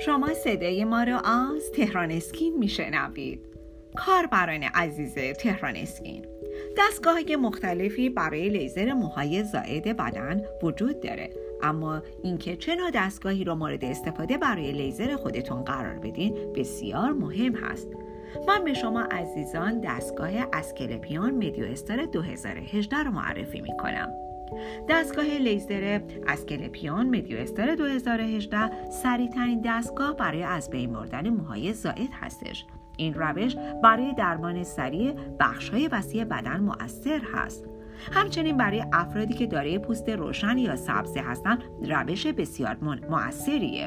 شما صدای ما رو از تهران اسکین میشنوید. کاربران عزیز تهران اسکین، دستگاه‌های مختلفی برای لیزر موهای زائد بدن وجود داره، اما اینکه چه نوع دستگاهی رو مورد استفاده برای لیزر خودتون قرار بدین بسیار مهم هست. من به شما عزیزان دستگاه اسکلپیون مدیو استار 2018 رو معرفی میکنم. دستگاه لیزر اسکلپیون مدیو استار 2018 سریع‌ترین دستگاه برای از بین بردن موهای زائد هستش. این روش برای درمان سریع بخش‌های وسیع بدن مؤثر هست. همچنین برای افرادی که دارای پوست روشن یا سبز هستند روش بسیار مؤثریه.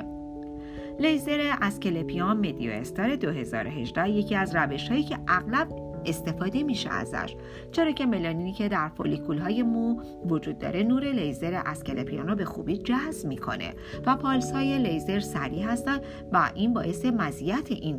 لیزر اسکلپیون مدیو استار 2018 یکی از روش‌هایی که اغلب استفاده میشه ازش، چرا که ملانینی که در فولیکول‌های مو وجود داره نور لیزر اسکلپیون رو به خوبی جذب میکنه و پالس‌های لیزر سریع هستن و این باعث مزیت این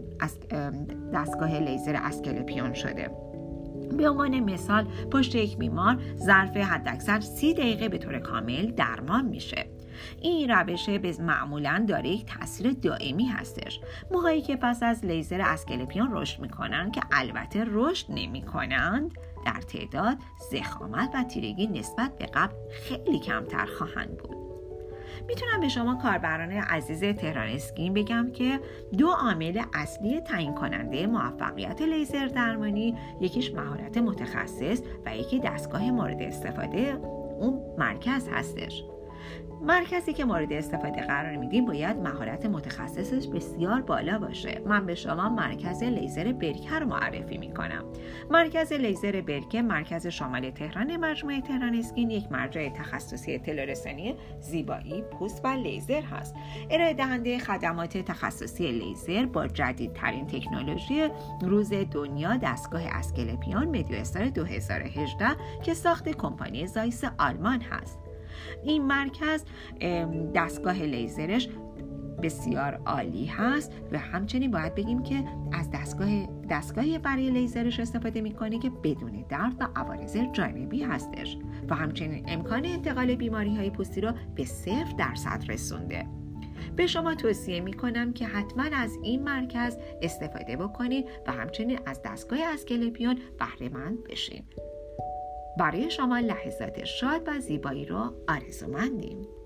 دستگاه لیزر اسکلپیون شده. به عنوان مثال پشت یک بیمار ظرف حداکثر 30 دقیقه به طور کامل درمان میشه. این روش معمولاً داره یک تاثیر دائمی هستش. موهایی که پس از لیزر اسکلپیون رشد میکنن که البته رشد نمیکنند، در تعداد، ضخامت و تیرگی نسبت به قبل خیلی کمتر خواهند بود. میتونم به شما کاربران عزیز تهران اسکین بگم که 2 عامل اصلی تعیین کننده موفقیت لیزر درمانی، یکیش مهارت متخصص و یکی دستگاه مورد استفاده اون مرکز هستش. مرکزی که مورد استفاده قرار میدیم باید مهارت متخصصش بسیار بالا باشه. من به شما مرکز لیزر برکه رو معرفی میکنم. مرکز لیزر برکه مرکز شمال تهران مجموعه تهران اسکین یک مرجع تخصصی اطلاع رسانی زیبایی پوست و لیزر هست. ارائه دهنده خدمات تخصصی لیزر با جدیدترین تکنولوژی روز دنیا دستگاه اسکلپیون مدیو استار 2018 که ساخت کمپانی زایس آلمان هست. این مرکز دستگاه لیزرش بسیار عالی هست و همچنین باید بگیم که از دستگاهی برای لیزرش استفاده میکنه که بدون درد و عوارض جانبی هستش و همچنین امکان انتقال بیماری‌های پوستی رو به 0% رسونده. به شما توصیه میکنم که حتما از این مرکز استفاده بکنید و همچنین از دستگاه اسکلپیون بهره مند بشین. برای شما لحظات شاد و زیبایی رو آرزومندیم.